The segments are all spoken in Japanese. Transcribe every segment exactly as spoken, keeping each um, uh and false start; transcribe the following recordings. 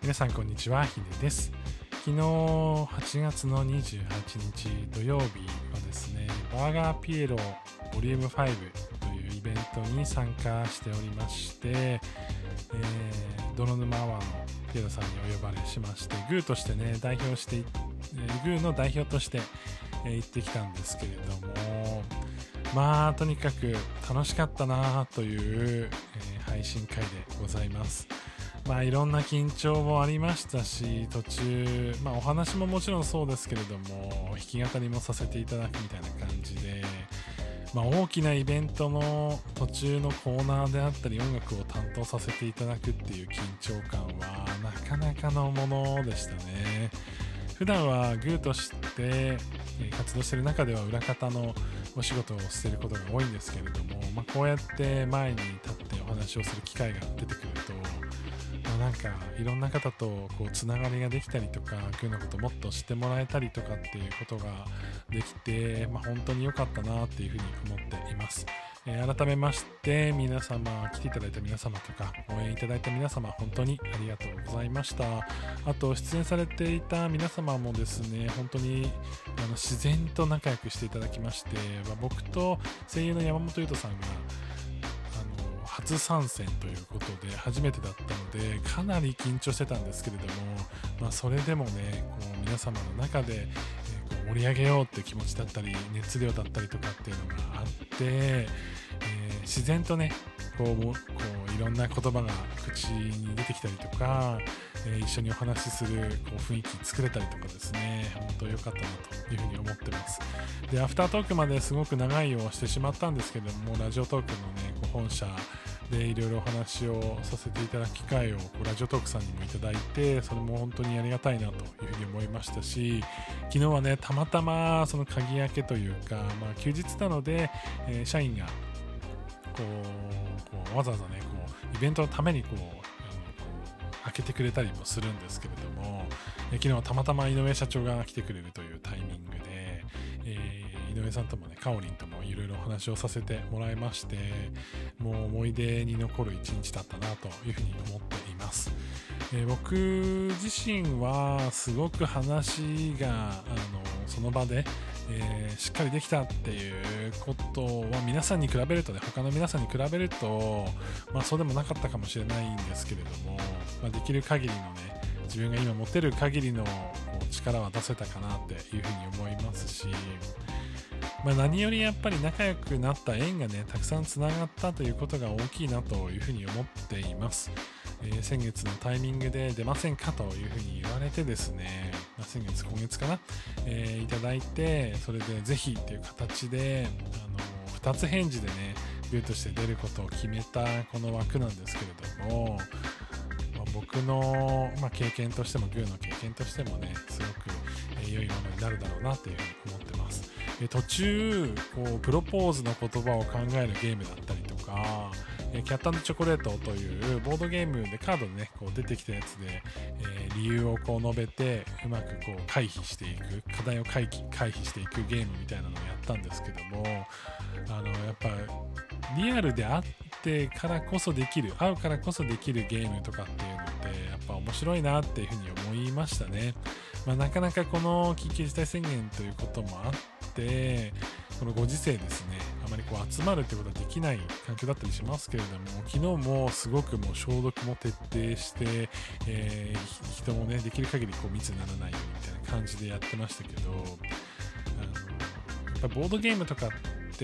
皆さんこんにちは、ヒデです。昨日はちがつのにじゅうはちにち土曜日はですね、バーガーピエロボリュームファイブというイベントに参加しておりまして、えー、泥沼アワーのピエロさんにお呼ばれしまして、グーとしてね代表して、えー、グーの代表として、えー、行ってきたんですけれども、まあとにかく楽しかったなという、えー、配信会でございます。まあいろんな緊張もありましたし、途中、まあお話ももちろんそうですけれども、弾き語りもさせていただくみたいな感じで、まあ大きなイベントの途中のコーナーであったり音楽を担当させていただくっていう緊張感はなかなかのものでしたね。普段はグーとして活動している中では裏方のお仕事をしていることが多いんですけれども、まあ、こうやって前に立ってお話をする機会が出てくると、まあ、なんかいろんな方とこうつながりができたりとか、グーのことをもっと知ってもらえたりとかっていうことができて、まあ、本当に良かったなっていうふうに思っています。えー、改めまして皆様、来ていただいた皆様とか応援いただいた皆様、本当にありがとうございました。あと出演されていた皆様もですね、本当にあの自然と仲良くしていただきまして、まあ、僕と声優の山本優斗さんがあの初参戦ということで初めてだったので、かなり緊張してたんですけれども、まあ、それでもねこう皆様の中で盛り上げようっていう気持ちだったり熱量だったりとかっていうのがあって、えー、自然とねこう、こういろんな言葉が口に出てきたりとか、えー、一緒にお話しするこう雰囲気作れたりとかですね、本当良かったなというふうに思ってます。でアフタートークまですごく長いをしてしまったんですけれども、ラジオトークのねこう本社でいろいろお話をさせていただく機会をこうラジオトークさんにもいただいて、それも本当にありがたいなというふうに思いましたし、昨日はねたまたまその鍵開けというか、まあ、休日なので、えー、社員がこう、こうわざわざねこうイベントのためにこう、あのこう開けてくれたりもするんですけれども、えー、昨日はたまたま井上社長が来てくれるというタイミングで、えー井上さんともね、かおりんともいろいろお話をさせてもらいまして、もう思い出に残る一日だったなというふうに思っています。えー、僕自身はすごく話があのその場で、えー、しっかりできたっていうことは皆さんに比べるとね、他の皆さんに比べると、まあそうでもなかったかもしれないんですけれども、まあ、できる限りのね、自分が今持てる限りの力は出せたかなっていうふうに思いますし、まあ、何よりやっぱり仲良くなった縁がねたくさんつながったということが大きいなというふうに思っています。えー、先月のタイミングで出ませんかというふうに言われてですね、まあ、先月今月かな、えー、いただいて、それでぜひっていう形であのふたつ返事でねグーとして出ることを決めたこの枠なんですけれども、まあ、僕の、まあ、経験としてもグーの経験としてもねすごく、えー、良いものになるだろうなというふうに思ってます。途中こうプロポーズの言葉を考えるゲームだったりとか、キャット&チョコレートというボードゲームでカードでねこう出てきたやつで、えー、理由をこう述べてうまくこう回避していく、課題を回避、回避していくゲームみたいなのをやったんですけども、あのやっぱリアルで会ってからこそできる、会うからこそできるゲームとかっていうのってやっぱ面白いなっていうふうに思いましたね。まあ、なかなかこの緊急事態宣言ということもあってこのご時世ですね、あまりこう集まるってことはできない環境だったりしますけれども、昨日もすごくもう消毒も徹底して、えー、人もねできる限りこう密にならないようにみたいな感じでやってましたけど、あのやっぱボードゲームとかって、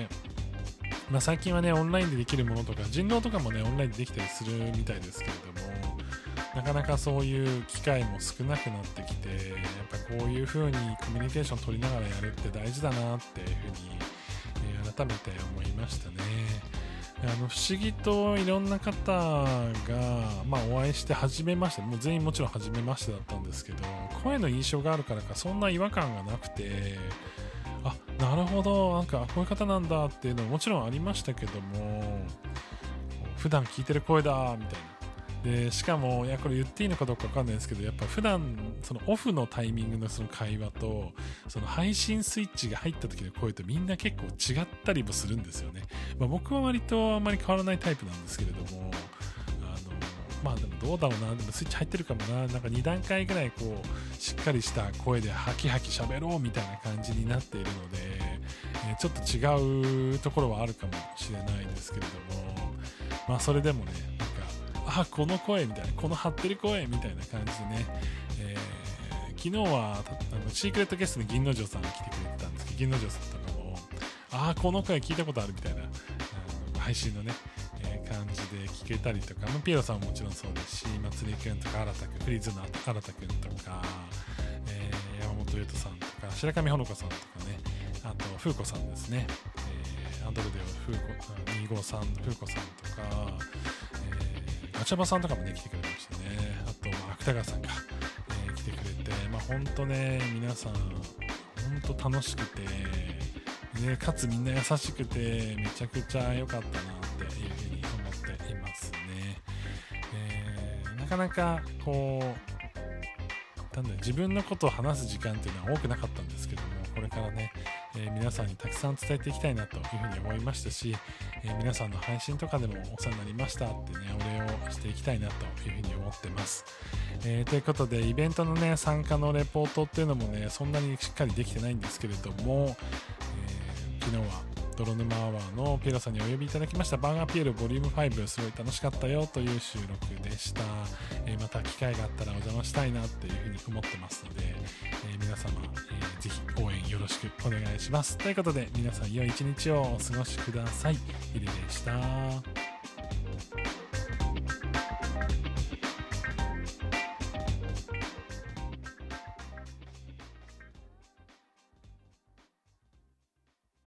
まあ、最近はねオンラインでできるものとか人狼とかもねオンラインでできたりするみたいですけれども、なかなかそういう機会も少なくなってきて、やっぱこういう風にコミュニケーション取りながらやるって大事だなっていう風に、えー、改めて思いましたね。あの不思議といろんな方が、まあ、お会いして初めまして、もう全員もちろん初めましてだったんですけど、声の印象があるからかそんな違和感がなくて、あ、なるほど、なんかこういう方なんだっていうのももちろんありましたけども、普段聞いてる声だみたいな。でしかもいやこれ言っていいのかどうか分かんないですけど、やっぱ普段そのオフのタイミングのその会話とその配信スイッチが入った時の声とみんな結構違ったりもするんですよね。まあ、僕は割とあんまり変わらないタイプなんですけれども、あのまあでもどうだろうな、でもスイッチ入ってるかもな、なんかに段階ぐらいこうしっかりした声でハキハキ喋ろうみたいな感じになっているので、えー、ちょっと違うところはあるかもしれないですけれども、まあそれでもね、なんかあこの声みたいな、この張ってる声みたいな感じでね、えー、昨日はあのシークレットゲストに銀之丞さんが来てくれてたんですけど、銀之丞さんとかもあこの声聞いたことあるみたいな、あの配信のね感じで聞けたりとか、まあ、ピエロさんももちろんそうですし、まつりくんとか新田くん、フリーズの新田くんとか、えー、山本優斗さんとか白上ほのかさんとかね、あと風子さんですね、えー、アンドロデオ風子にごさん風子さんとか、えー、ガチャバさんとかもね来てくれましたね。あと、まあ、芥川さんが、えー、来てくれて、まあ本当ね皆さん本当楽しくて、ね、かつみんな優しくてめちゃくちゃ良かったなっていうふうに思っていますね。えー、なかなかこうなんだ自分のことを話す時間っていうのは多くなかったんですけども、これからね、えー、皆さんにたくさん伝えていきたいなというふうに思いましたし、えー、皆さんの配信とかでもお世話になりましたってねお礼をしていきたいなというふうに思ってます。えー、ということでイベントのね参加のレポートっていうのもねそんなにしっかりできてないんですけれども、えー、昨日は泥沼アワーのピエロさんにお呼びいただきましたバーガーピエロボリュームファイブすごい楽しかったよという収録でした。えー、また機会があったらお邪魔したいなっていうふうに思ってますので、えー、皆様、えー、ぜひ応援よろしくお願いします。ということで皆さん良い一日をお過ごしください。ヒデでした。